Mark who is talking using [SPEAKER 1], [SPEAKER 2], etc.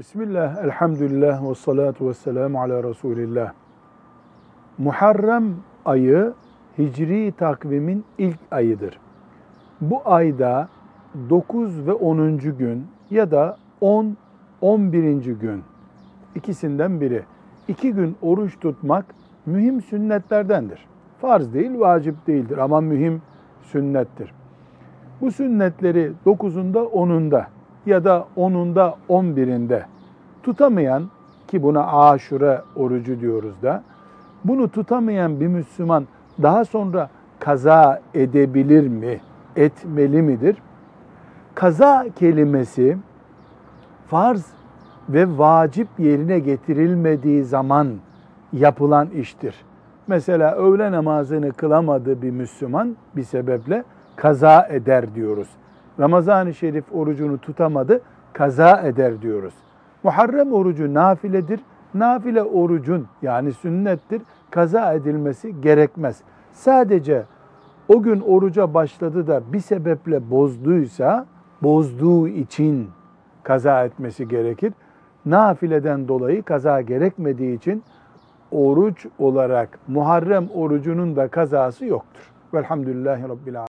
[SPEAKER 1] Bismillah, elhamdülillah ve salatu ve selamu ala Resulillah. Muharrem ayı Hicri takvimin ilk ayıdır. Bu ayda 9 ve 10. gün ya da 10, 11. gün ikisinden biri. 2 gün oruç tutmak mühim sünnetlerdendir. Farz değil, vacip değildir ama mühim sünnettir. Bu sünnetleri 9'unda, 10'unda ya da 10'unda, 11'inde tutamayan, ki buna Aşure orucu diyoruz da, bunu tutamayan bir Müslüman daha sonra kaza edebilir mi, etmeli midir? Kaza kelimesi farz ve vacip yerine getirilmediği zaman yapılan iştir. Mesela öğle namazını kılamadı bir Müslüman bir sebeple kaza eder diyoruz. Ramazan-ı Şerif orucunu tutamadı, kaza eder diyoruz. Muharrem orucu nafiledir. Nafile orucun yani sünnettir. Kaza edilmesi gerekmez. Sadece o gün oruca başladı da bir sebeple bozduysa, bozduğu için kaza etmesi gerekir. Nafileden dolayı kaza gerekmediği için oruç olarak Muharrem orucunun da kazası yoktur. Velhamdülillahi Rabbil Alemin.